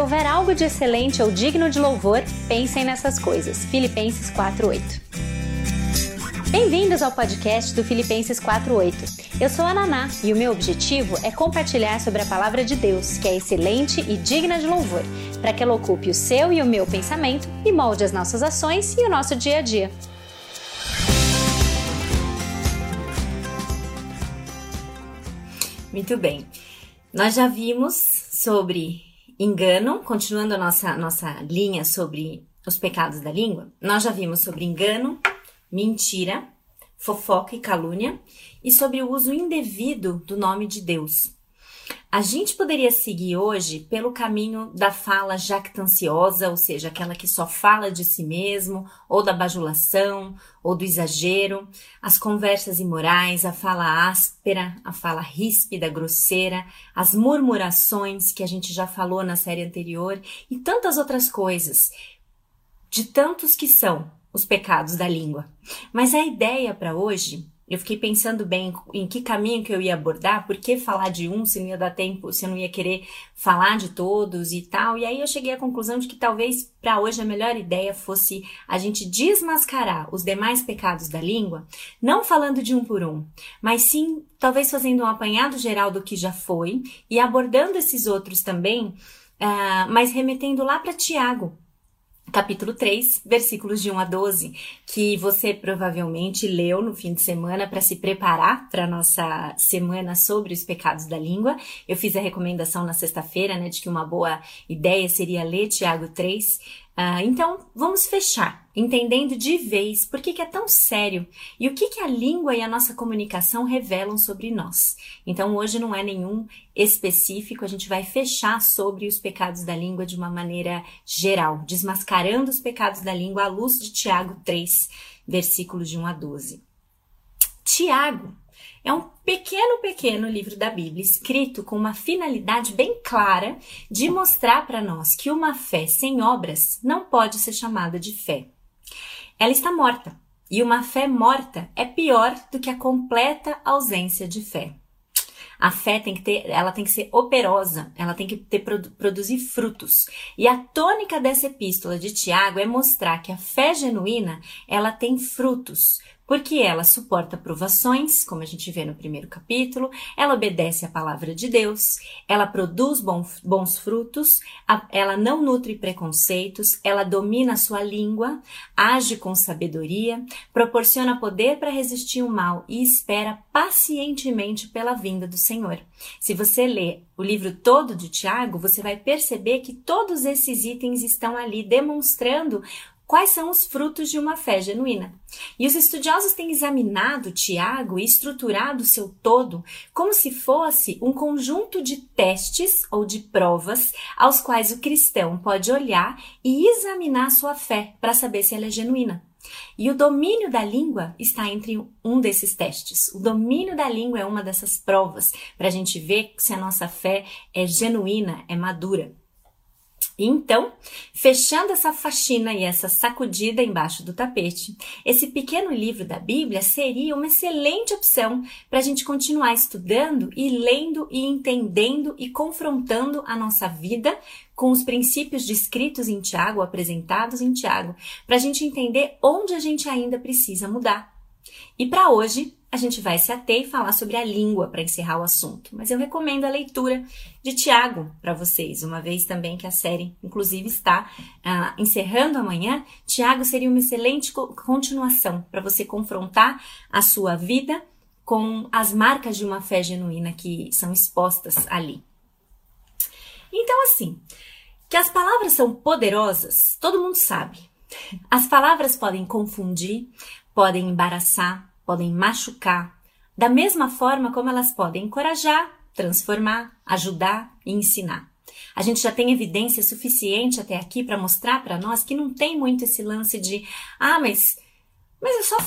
houver algo de excelente ou digno de louvor, pensem nessas coisas. Filipenses 4:8. Bem-vindos ao podcast do Filipenses 4:8. Eu sou a Naná e o meu objetivo é compartilhar sobre a palavra de Deus, que é excelente e digna de louvor, para que ela ocupe o seu e o meu pensamento e molde as nossas ações e o nosso dia a dia. Muito bem, nós já vimos sobre engano, continuando a nossa linha sobre os pecados da língua. Nós já vimos sobre engano, mentira, fofoca e calúnia e sobre o uso indevido do nome de Deus. A gente poderia seguir hoje pelo caminho da fala jactanciosa, ou seja, aquela que só fala de si mesmo, ou da bajulação, ou do exagero, as conversas imorais, a fala áspera, a fala ríspida, grosseira, as murmurações que a gente já falou na série anterior e tantas outras coisas, de tantos que são os pecados da língua. Mas a ideia para hoje, eu fiquei pensando bem em que caminho que eu ia abordar, por que falar de um, se não ia dar tempo, se eu não ia querer falar de todos e tal. E aí eu cheguei à conclusão de que talvez para hoje a melhor ideia fosse a gente desmascarar os demais pecados da língua, não falando de um por um, mas sim talvez fazendo um apanhado geral do que já foi e abordando esses outros também, mas remetendo lá para Tiago, capítulo 3, versículos de 1 a 12, que você provavelmente leu no fim de semana para se preparar para a nossa semana sobre os pecados da língua. Eu fiz a recomendação na sexta-feira, né, de que uma boa ideia seria ler Tiago 3. Então, vamos fechar, entendendo de vez por que é tão sério e o que a língua e a nossa comunicação revelam sobre nós. Então, hoje não é nenhum específico, a gente vai fechar sobre os pecados da língua de uma maneira geral, desmascarando os pecados da língua à luz de Tiago 3, versículos de 1 a 12. Tiago é um pequeno livro da Bíblia, escrito com uma finalidade bem clara de mostrar para nós que uma fé sem obras não pode ser chamada de fé. Ela está morta, e uma fé morta é pior do que a completa ausência de fé. A fé ela tem que ser operosa, ela tem que produzir frutos. E a tônica dessa epístola de Tiago é mostrar que a fé genuína, ela tem frutos, porque ela suporta provações, como a gente vê no primeiro capítulo, ela obedece à palavra de Deus, ela produz bons frutos, ela não nutre preconceitos, ela domina a sua língua, age com sabedoria, proporciona poder para resistir o mal e espera pacientemente pela vinda do Senhor. Se você ler o livro todo de Tiago, você vai perceber que todos esses itens estão ali demonstrando quais são os frutos de uma fé genuína. E os estudiosos têm examinado Tiago e estruturado o seu todo como se fosse um conjunto de testes ou de provas aos quais o cristão pode olhar e examinar sua fé para saber se ela é genuína. E o domínio da língua está entre um desses testes. O domínio da língua é uma dessas provas para a gente ver se a nossa fé é genuína, é madura. Então, fechando essa faxina e essa sacudida embaixo do tapete, esse pequeno livro da Bíblia seria uma excelente opção para a gente continuar estudando e lendo e entendendo e confrontando a nossa vida com os princípios descritos em Tiago, apresentados em Tiago, para a gente entender onde a gente ainda precisa mudar. E para hoje, a gente vai se ater e falar sobre a língua para encerrar o assunto. Mas eu recomendo a leitura de Tiago para vocês, uma vez também que a série, inclusive, está encerrando amanhã. Tiago seria uma excelente continuação para você confrontar a sua vida com as marcas de uma fé genuína que são expostas ali. Então, assim, que as palavras são poderosas, todo mundo sabe. As palavras podem confundir, podem embaraçar, podem machucar, da mesma forma como elas podem encorajar, transformar, ajudar e ensinar. A gente já tem evidência suficiente até aqui para mostrar para nós que não tem muito esse lance de mas eu só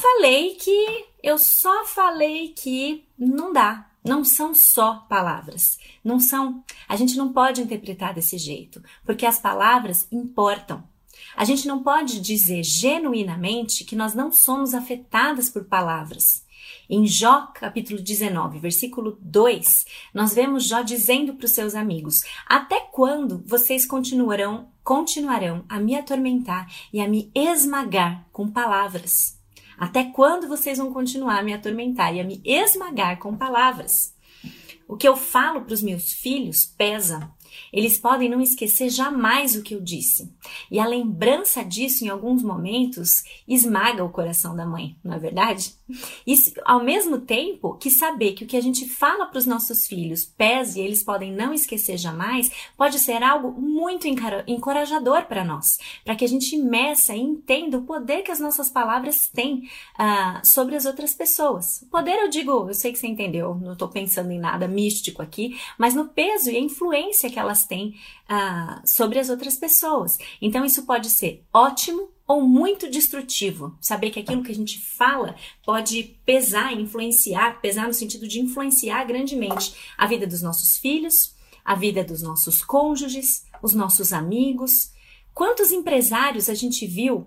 falei que não dá. Não são só palavras. A gente não pode interpretar desse jeito, porque as palavras importam. A gente não pode dizer genuinamente que nós não somos afetadas por palavras. Em Jó, capítulo 19, versículo 2, nós vemos Jó dizendo para os seus amigos: até quando vocês continuarão a me atormentar e a me esmagar com palavras? Até quando vocês vão continuar a me atormentar e a me esmagar com palavras? O que eu falo para os meus filhos pesa. Eles podem não esquecer jamais o que eu disse. E a lembrança disso, em alguns momentos, esmaga o coração da mãe, não é verdade? E ao mesmo tempo que saber que o que a gente fala para os nossos filhos pesa e eles podem não esquecer jamais, pode ser algo muito encorajador para nós, para que a gente meça e entenda o poder que as nossas palavras têm sobre as outras pessoas. O poder, eu sei que você entendeu, não estou pensando em nada místico aqui, mas no peso e a influência que elas têm sobre as outras pessoas. Então isso pode ser ótimo ou muito destrutivo. Saber que aquilo que a gente fala pode pesar no sentido de influenciar grandemente a vida dos nossos filhos, a vida dos nossos cônjuges, os nossos amigos. Quantos empresários a gente viu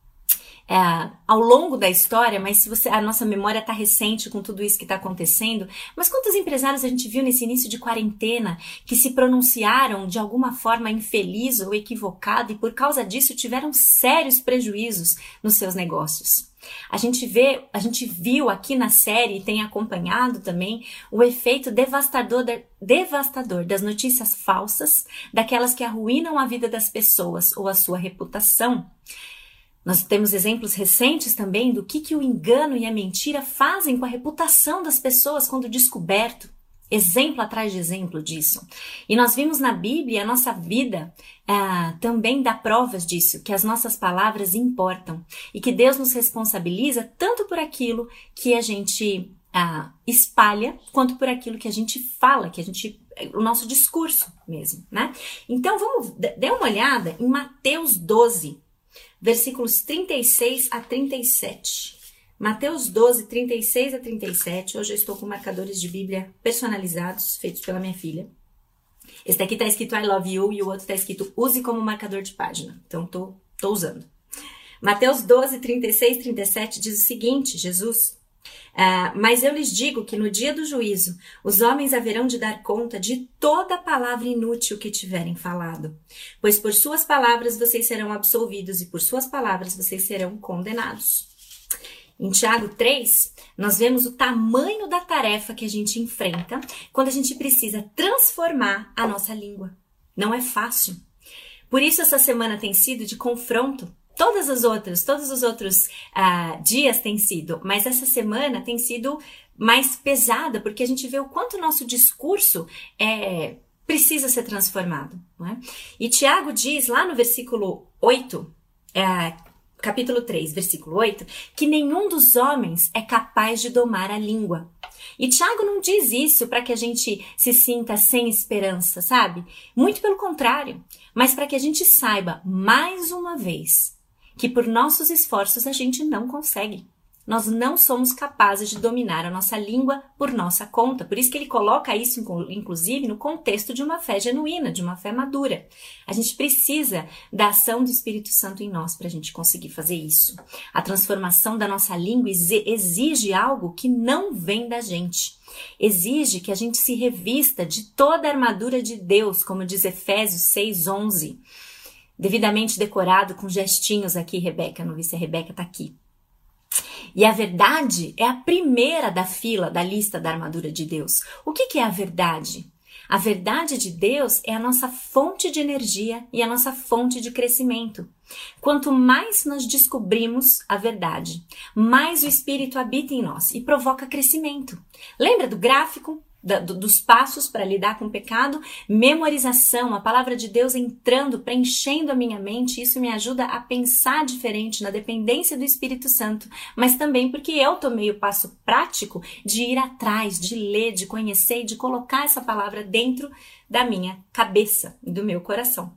ao longo da história, mas a nossa memória está recente com tudo isso que está acontecendo, mas quantos empresários a gente viu nesse início de quarentena que se pronunciaram de alguma forma infeliz ou equivocado e por causa disso tiveram sérios prejuízos nos seus negócios? A gente viu aqui na série e tem acompanhado também o efeito devastador das notícias falsas, daquelas que arruinam a vida das pessoas ou a sua reputação. Nós temos exemplos recentes também do que o engano e a mentira fazem com a reputação das pessoas quando descoberto. Exemplo atrás de exemplo disso. E nós vimos na Bíblia, a nossa vida também dá provas disso, que as nossas palavras importam e que Deus nos responsabiliza tanto por aquilo que a gente espalha, quanto por aquilo que a gente fala, o nosso discurso mesmo, né? Então dê uma olhada em Mateus 12, versículos 36 a 37. Mateus 12, 36 a 37. Hoje eu estou com marcadores de Bíblia personalizados, feitos pela minha filha. Esse daqui está escrito I love you e o outro está escrito use como marcador de página. Então, tô usando. Mateus 12, 36 e 37 diz o seguinte, Jesus: mas eu lhes digo que no dia do juízo, os homens haverão de dar conta de toda palavra inútil que tiverem falado. Pois por suas palavras vocês serão absolvidos e por suas palavras vocês serão condenados. Em Tiago 3, nós vemos o tamanho da tarefa que a gente enfrenta quando a gente precisa transformar a nossa língua. Não é fácil. Por isso essa semana tem sido de confronto. Todos os outros dias têm sido, mas essa semana tem sido mais pesada, porque a gente vê o quanto o nosso discurso precisa ser transformado. Não é? E Tiago diz lá no versículo 8, capítulo 3, versículo 8, que nenhum dos homens é capaz de domar a língua. E Tiago não diz isso para que a gente se sinta sem esperança, sabe? Muito pelo contrário, mas para que a gente saiba, mais uma vez, que por nossos esforços a gente não consegue. Nós não somos capazes de dominar a nossa língua por nossa conta. Por isso que ele coloca isso, inclusive, no contexto de uma fé genuína, de uma fé madura. A gente precisa da ação do Espírito Santo em nós para a gente conseguir fazer isso. A transformação da nossa língua exige algo que não vem da gente. Exige que a gente se revista de toda a armadura de Deus, como diz Efésios 6:11. Devidamente decorado com gestinhos aqui, Rebeca. Não vi se a Rebeca está aqui. E a verdade é a primeira da fila, da lista da armadura de Deus. O que é a verdade? A verdade de Deus é a nossa fonte de energia e a nossa fonte de crescimento. Quanto mais nós descobrimos a verdade, mais o Espírito habita em nós e provoca crescimento. Lembra do gráfico? Dos passos para lidar com o pecado, memorização, a palavra de Deus entrando, preenchendo a minha mente, isso me ajuda a pensar diferente na dependência do Espírito Santo, mas também porque eu tomei o passo prático de ir atrás, de ler, de conhecer e de colocar essa palavra dentro da minha cabeça e do meu coração.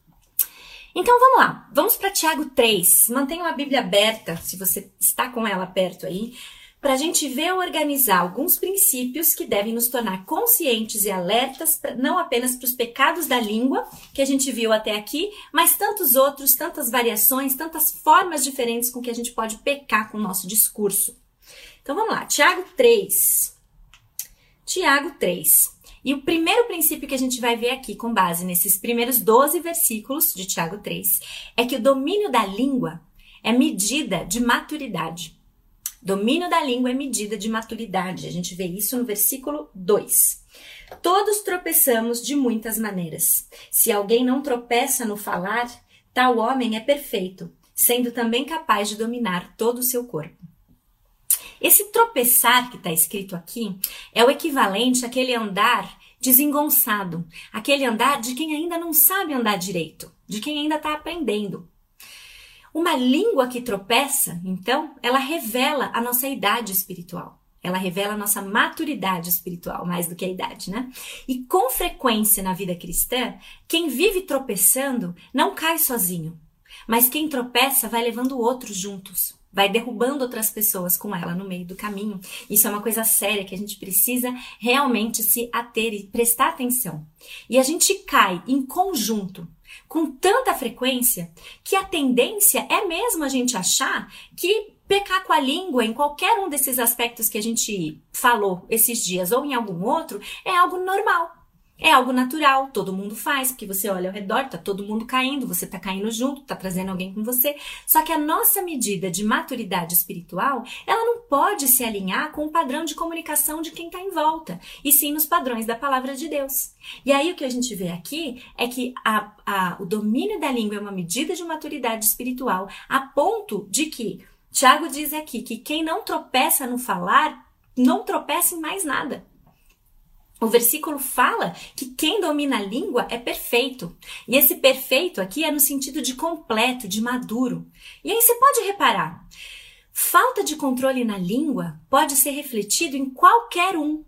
Então vamos lá, vamos para Tiago 3, mantenha a Bíblia aberta, se você está com ela perto aí, para a gente ver organizar alguns princípios que devem nos tornar conscientes e alertas, não apenas para os pecados da língua, que a gente viu até aqui, mas tantos outros, tantas variações, tantas formas diferentes com que a gente pode pecar com o nosso discurso. Então vamos lá, Tiago 3. Tiago 3. E o primeiro princípio que a gente vai ver aqui, com base nesses primeiros 12 versículos de Tiago 3, é que o domínio da língua é medida de maturidade. Domínio da língua é medida de maturidade. A gente vê isso no versículo 2. Todos tropeçamos de muitas maneiras. Se alguém não tropeça no falar, tal homem é perfeito, sendo também capaz de dominar todo o seu corpo. Esse tropeçar que está escrito aqui é o equivalente àquele andar desengonçado, aquele andar de quem ainda não sabe andar direito, de quem ainda está aprendendo. Uma língua que tropeça, então, ela revela a nossa idade espiritual. Ela revela a nossa maturidade espiritual, mais do que a idade, né? E com frequência na vida cristã, quem vive tropeçando não cai sozinho, mas quem tropeça vai levando outros juntos. Vai derrubando outras pessoas com ela no meio do caminho. Isso é uma coisa séria que a gente precisa realmente se ater e prestar atenção. E a gente cai em conjunto com tanta frequência que a tendência é mesmo a gente achar que pecar com a língua em qualquer um desses aspectos que a gente falou esses dias ou em algum outro é algo normal. É algo natural, todo mundo faz, porque você olha ao redor, tá todo mundo caindo, você tá caindo junto, tá trazendo alguém com você. Só que a nossa medida de maturidade espiritual, ela não pode se alinhar com o padrão de comunicação de quem tá em volta, e sim nos padrões da palavra de Deus. E aí o que a gente vê aqui é que o domínio da língua é uma medida de maturidade espiritual, a ponto de que, Tiago diz aqui, que quem não tropeça no falar, não tropeça em mais nada. O versículo fala que quem domina a língua é perfeito. E esse perfeito aqui é no sentido de completo, de maduro. E aí você pode reparar, falta de controle na língua pode ser refletido em qualquer um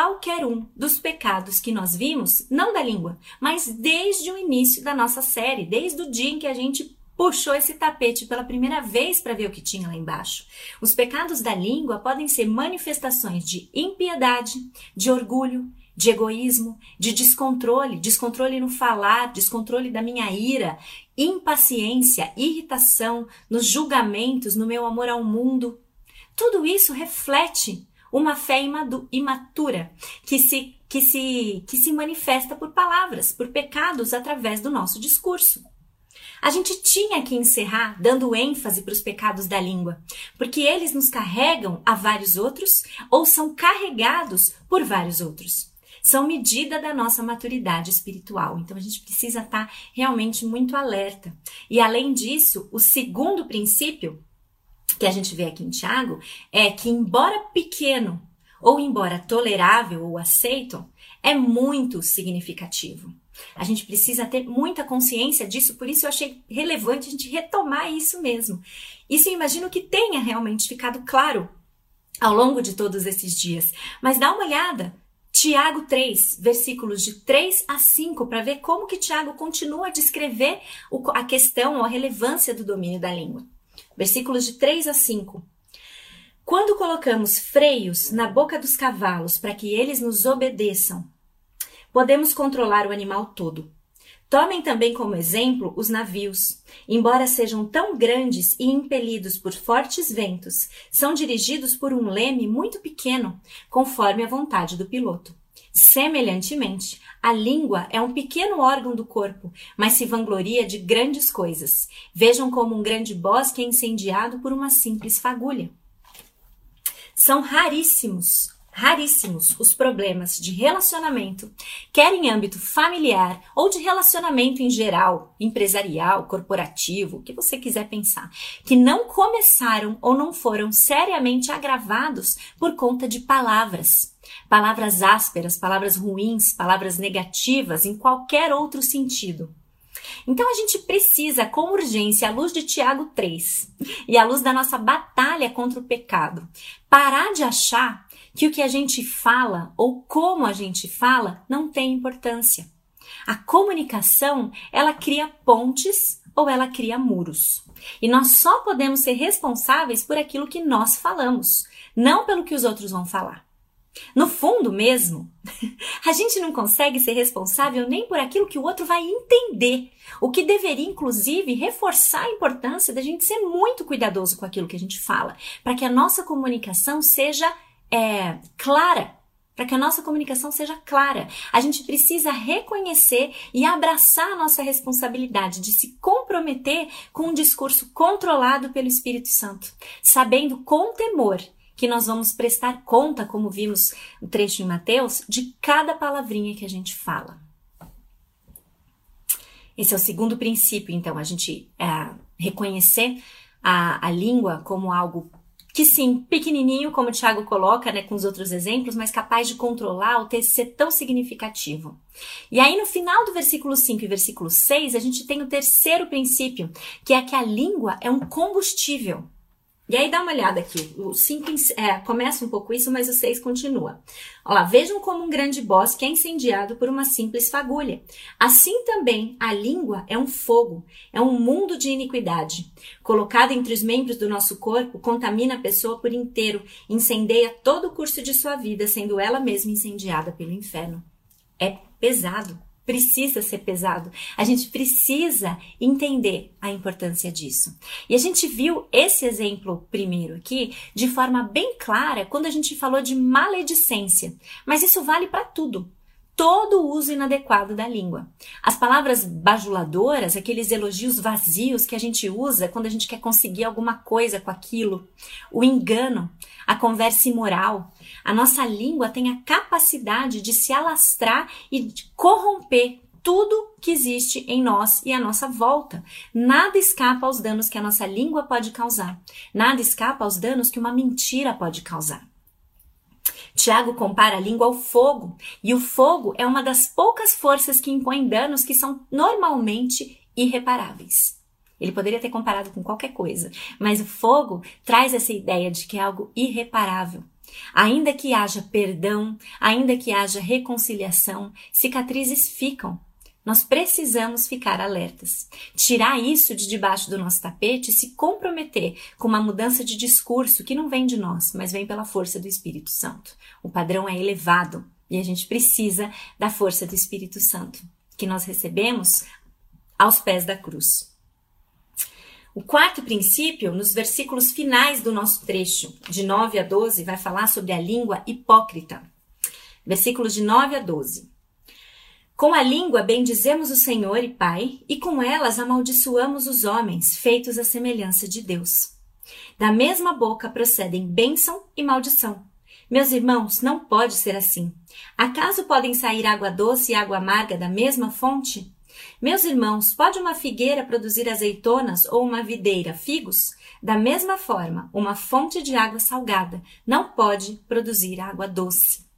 dos pecados que nós vimos, não da língua, mas desde o início da nossa série, desde o dia em que a gente puxou esse tapete pela primeira vez para ver o que tinha lá embaixo. Os pecados da língua podem ser manifestações de impiedade, de orgulho, de egoísmo, de descontrole no falar, descontrole da minha ira, impaciência, irritação, nos julgamentos, no meu amor ao mundo. Tudo isso reflete uma fé imatura que se manifesta por palavras, por pecados através do nosso discurso. A gente tinha que encerrar dando ênfase para os pecados da língua, porque eles nos carregam a vários outros ou são carregados por vários outros. São medida da nossa maturidade espiritual. Então a gente precisa estar realmente muito alerta. E além disso, o segundo princípio que a gente vê aqui em Tiago é que, embora pequeno ou embora tolerável ou aceito, é muito significativo. A gente precisa ter muita consciência disso, por isso eu achei relevante a gente retomar isso mesmo. Isso eu imagino que tenha realmente ficado claro ao longo de todos esses dias. Mas dá uma olhada, Tiago 3, versículos de 3 a 5, para ver como que Tiago continua a descrever a questão ou a relevância do domínio da língua. Versículos de 3 a 5. Quando colocamos freios na boca dos cavalos para que eles nos obedeçam, podemos controlar o animal todo. Tomem também como exemplo os navios. Embora sejam tão grandes e impelidos por fortes ventos, são dirigidos por um leme muito pequeno, conforme a vontade do piloto. Semelhantemente, a língua é um pequeno órgão do corpo, mas se vangloria de grandes coisas. Vejam como um grande bosque é incendiado por uma simples fagulha. São raríssimos os problemas de relacionamento, quer em âmbito familiar ou de relacionamento em geral, empresarial, corporativo, o que você quiser pensar, que não começaram ou não foram seriamente agravados por conta de palavras ásperas, palavras ruins, palavras negativas, em qualquer outro sentido. Então a gente precisa, com urgência, à luz de Tiago 3 e à luz da nossa batalha contra o pecado, parar de achar que o que a gente fala ou como a gente fala não tem importância. A comunicação, ela cria pontes ou ela cria muros. E nós só podemos ser responsáveis por aquilo que nós falamos, não pelo que os outros vão falar. No fundo mesmo, a gente não consegue ser responsável nem por aquilo que o outro vai entender, o que deveria, inclusive, reforçar a importância da gente ser muito cuidadoso com aquilo que a gente fala, para que a nossa comunicação seja clara. Para que a nossa comunicação seja clara, a gente precisa reconhecer e abraçar a nossa responsabilidade de se comprometer com um discurso controlado pelo Espírito Santo, sabendo com temor que nós vamos prestar conta, como vimos no trecho em Mateus, de cada palavrinha que a gente fala. Esse é o segundo princípio, então, a gente reconhecer a língua como algo que sim, pequenininho, como o Tiago coloca, né, com os outros exemplos, mas capaz de controlar ou ser tão significativo. E aí no final do versículo 5 e versículo 6, a gente tem o terceiro princípio, que é que a língua é um combustível. E aí dá uma olhada aqui, o 5 começa um pouco isso, mas o 6 continua. Olha lá, vejam como um grande bosque é incendiado por uma simples fagulha. Assim também a língua é um fogo, é um mundo de iniquidade. Colocada entre os membros do nosso corpo, contamina a pessoa por inteiro, incendeia todo o curso de sua vida, sendo ela mesma incendiada pelo inferno. É pesado. Precisa ser pesado. A gente precisa entender a importância disso. E a gente viu esse exemplo primeiro aqui de forma bem clara quando a gente falou de maledicência. Mas isso vale para tudo. Todo o uso inadequado da língua. As palavras bajuladoras, aqueles elogios vazios que a gente usa quando a gente quer conseguir alguma coisa com aquilo. O engano, a conversa imoral. A nossa língua tem a capacidade de se alastrar e de corromper tudo que existe em nós e à nossa volta. Nada escapa aos danos que a nossa língua pode causar. Nada escapa aos danos que uma mentira pode causar. Tiago compara a língua ao fogo, e o fogo é uma das poucas forças que impõem danos que são normalmente irreparáveis. Ele poderia ter comparado com qualquer coisa, mas o fogo traz essa ideia de que é algo irreparável. Ainda que haja perdão, ainda que haja reconciliação, cicatrizes ficam. Nós precisamos ficar alertas, tirar isso de debaixo do nosso tapete e se comprometer com uma mudança de discurso que não vem de nós, mas vem pela força do Espírito Santo. O padrão é elevado e a gente precisa da força do Espírito Santo, que nós recebemos aos pés da cruz. O quarto princípio, nos versículos finais do nosso trecho, de 9 a 12, vai falar sobre a língua hipócrita. Versículos de 9 a 12. Com a língua bendizemos o Senhor e Pai, e com elas amaldiçoamos os homens, feitos à semelhança de Deus. Da mesma boca procedem bênção e maldição. Meus irmãos, não pode ser assim. Acaso podem sair água doce e água amarga da mesma fonte? Meus irmãos, pode uma figueira produzir azeitonas ou uma videira figos? Da mesma forma, uma fonte de água salgada não pode produzir água doce.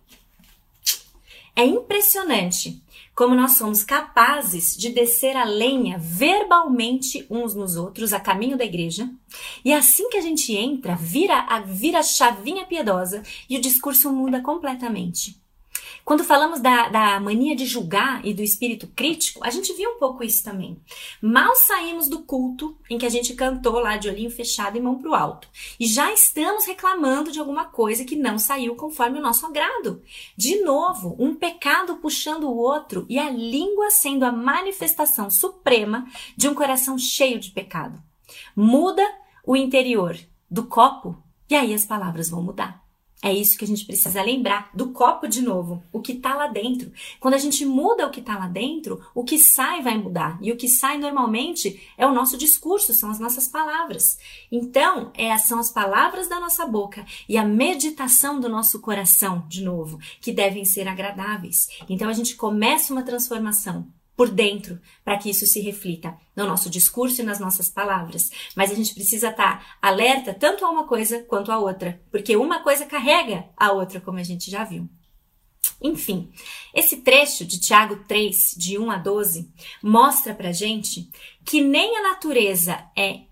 É impressionante como nós somos capazes de descer a lenha verbalmente uns nos outros a caminho da igreja, e assim que a gente entra, vira a chavinha piedosa e o discurso muda completamente. Quando falamos da mania de julgar e do espírito crítico, a gente viu um pouco isso também. Mal saímos do culto em que a gente cantou lá de olhinho fechado e mão pro alto. E já estamos reclamando de alguma coisa que não saiu conforme o nosso agrado. De novo, um pecado puxando o outro e a língua sendo a manifestação suprema de um coração cheio de pecado. Muda o interior do copo e aí as palavras vão mudar. É isso que a gente precisa lembrar, do copo de novo, o que está lá dentro. Quando a gente muda o que está lá dentro, o que sai vai mudar. E o que sai normalmente é o nosso discurso, são as nossas palavras. Então, são as palavras da nossa boca e a meditação do nosso coração, de novo, que devem ser agradáveis. Então, a gente começa uma transformação por dentro, para que isso se reflita no nosso discurso e nas nossas palavras. Mas a gente precisa estar alerta tanto a uma coisa quanto a outra, porque uma coisa carrega a outra, como a gente já viu. Enfim, esse trecho de Tiago 3, de 1 a 12, mostra pra gente que nem a natureza é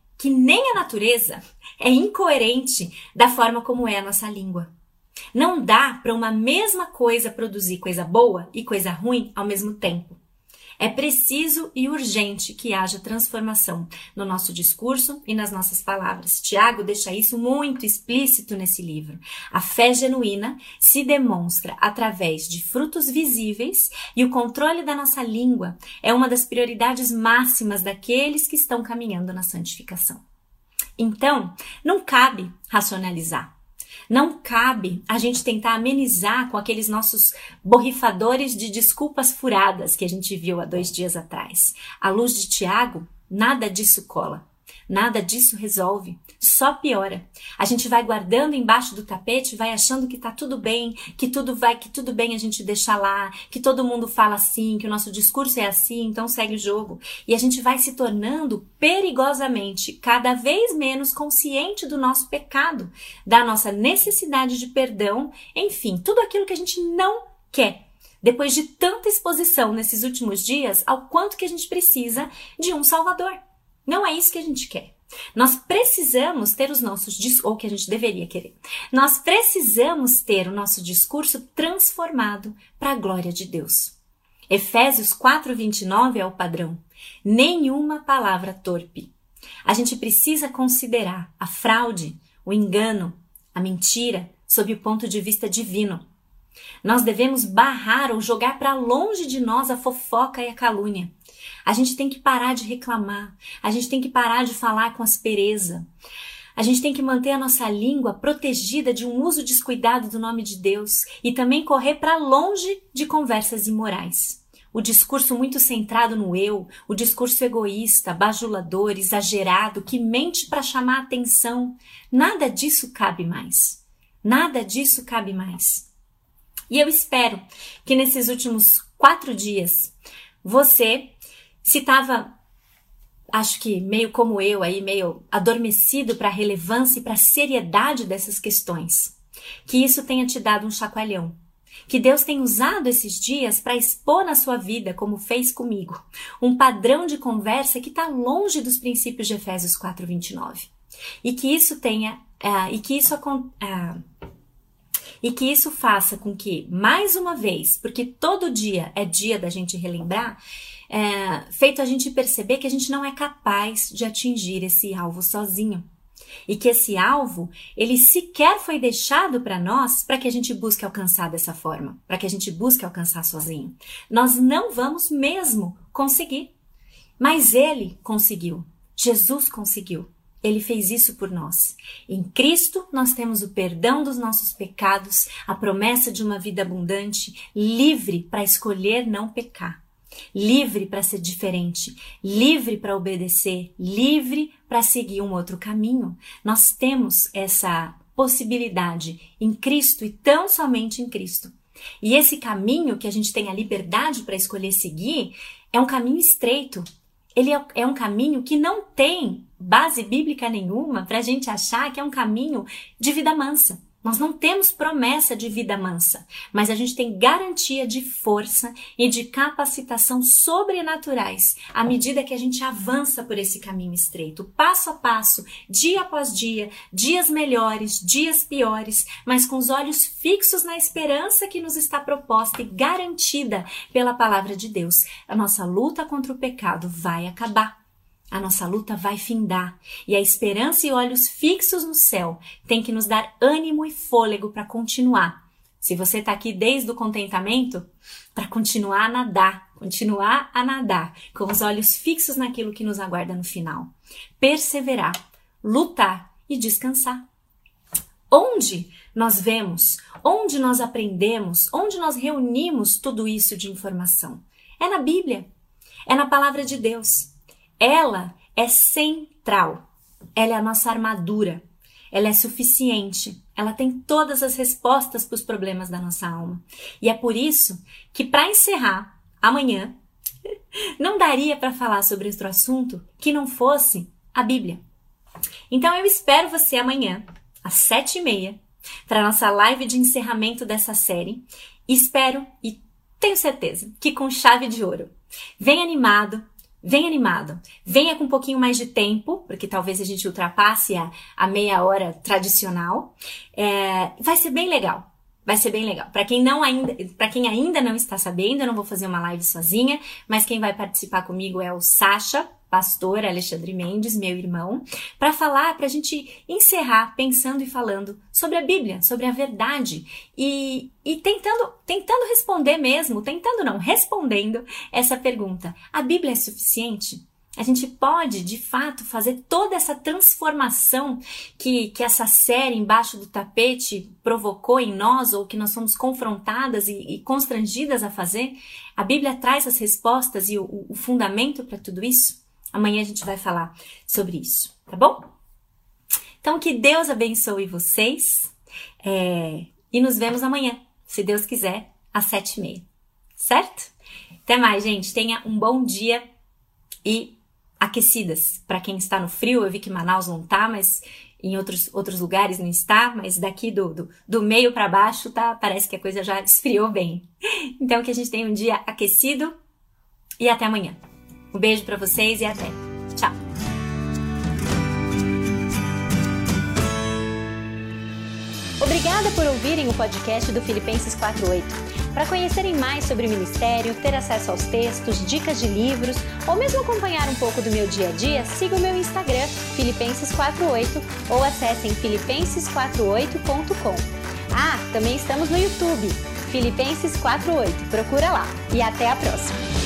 incoerente da forma como é a nossa língua. Não dá para uma mesma coisa produzir coisa boa e coisa ruim ao mesmo tempo. É preciso e urgente que haja transformação no nosso discurso e nas nossas palavras. Tiago deixa isso muito explícito nesse livro. A fé genuína se demonstra através de frutos visíveis e o controle da nossa língua é uma das prioridades máximas daqueles que estão caminhando na santificação. Então, não cabe racionalizar. Não cabe a gente tentar amenizar com aqueles nossos borrifadores de desculpas furadas que a gente viu há 2 dias atrás. À luz de Tiago, nada disso cola. Nada disso resolve, só piora. A gente vai guardando embaixo do tapete, vai achando que tá tudo bem, que tudo bem a gente deixar lá, que todo mundo fala assim, que o nosso discurso é assim, então segue o jogo. E a gente vai se tornando perigosamente cada vez menos consciente do nosso pecado, da nossa necessidade de perdão, enfim, tudo aquilo que a gente não quer. Depois de tanta exposição nesses últimos dias, ao quanto que a gente precisa de um Salvador. Não é isso que a gente quer. Nós precisamos ter os nossos ou que a gente deveria querer. Nós precisamos ter o nosso discurso transformado para a glória de Deus. Efésios 4:29 é o padrão. Nenhuma palavra torpe. A gente precisa considerar a fraude, o engano, a mentira sob o ponto de vista divino. Nós devemos barrar ou jogar para longe de nós a fofoca e a calúnia. A gente tem que parar de reclamar, a gente tem que parar de falar com aspereza. A gente tem que manter a nossa língua protegida de um uso descuidado do nome de Deus e também correr para longe de conversas imorais. O discurso muito centrado no eu, o discurso egoísta, bajulador, exagerado, que mente para chamar a atenção, nada disso cabe mais. Nada disso cabe mais. E eu espero que nesses últimos 4 dias, você, se estava, acho que meio como eu, aí meio adormecido para a relevância e para a seriedade dessas questões, que isso tenha te dado um chacoalhão. Que Deus tenha usado esses dias para expor na sua vida, como fez comigo, um padrão de conversa que está longe dos princípios de Efésios 4:29. E que isso tenha, e que isso faça com que, mais uma vez, porque todo dia é dia da gente relembrar, feito a gente perceber que a gente não é capaz de atingir esse alvo sozinho. E que esse alvo, ele sequer foi deixado para nós para que a gente busque alcançar dessa forma, para que a gente busque alcançar sozinho. Nós não vamos mesmo conseguir. Mas ele conseguiu. Jesus conseguiu. Ele fez isso por nós. Em Cristo, nós temos o perdão dos nossos pecados, a promessa de uma vida abundante, livre para escolher não pecar, livre para ser diferente, livre para obedecer, livre para seguir um outro caminho. Nós temos essa possibilidade em Cristo e tão somente em Cristo. E esse caminho que a gente tem a liberdade para escolher seguir é um caminho estreito. Ele é um caminho que não tem base bíblica nenhuma para a gente achar que é um caminho de vida mansa. Nós não temos promessa de vida mansa, mas a gente tem garantia de força e de capacitação sobrenaturais à medida que a gente avança por esse caminho estreito, passo a passo, dia após dia, dias melhores, dias piores, mas com os olhos fixos na esperança que nos está proposta e garantida pela palavra de Deus. A nossa luta contra o pecado vai acabar. A nossa luta vai findar e a esperança e olhos fixos no céu tem que nos dar ânimo e fôlego para continuar. Se você está aqui desde o contentamento, para continuar a nadar, com os olhos fixos naquilo que nos aguarda no final. Perseverar, lutar e descansar. Onde nós vemos, onde nós aprendemos, onde nós reunimos tudo isso de informação? É na Bíblia, é na palavra de Deus. Ela é central, ela é a nossa armadura, ela é suficiente, ela tem todas as respostas para os problemas da nossa alma. E é por isso que, para encerrar, amanhã, não daria para falar sobre outro assunto que não fosse a Bíblia. Então eu espero você amanhã, às 7h30, para a nossa live de encerramento dessa série. Espero e tenho certeza que com chave de ouro. Venha animado, venha com um pouquinho mais de tempo, porque talvez a gente ultrapasse a meia hora tradicional. Vai ser bem legal. Vai ser bem legal. Para quem ainda não está sabendo, eu não vou fazer uma live sozinha, mas quem vai participar comigo é o Sacha, pastor Alexandre Mendes, meu irmão, para falar, para a gente encerrar pensando e falando sobre a Bíblia, sobre a verdade e tentando responder mesmo, respondendo essa pergunta. A Bíblia é suficiente? A gente pode, de fato, fazer toda essa transformação que essa série embaixo do tapete provocou em nós, ou que nós somos confrontadas e constrangidas a fazer? A Bíblia traz as respostas e o fundamento para tudo isso? Amanhã a gente vai falar sobre isso, tá bom? Então, que Deus abençoe vocês e nos vemos amanhã, se Deus quiser, às 7h30, certo? Até mais, gente. Tenha um bom dia e aquecidas. Para quem está no frio, eu vi que Manaus não tá, mas em outros lugares não está, mas daqui do meio para baixo tá, parece que a coisa já esfriou bem. Então que a gente tenha um dia aquecido e até amanhã. Um beijo para vocês e até. Tchau. Obrigada por ouvirem o podcast do Filipenses 4:8. Para conhecerem mais sobre o ministério, ter acesso aos textos, dicas de livros ou mesmo acompanhar um pouco do meu dia a dia, siga o meu Instagram, Filipenses48, ou acessem filipenses48.com. Também estamos no YouTube, Filipenses 48. Procura lá. E até a próxima!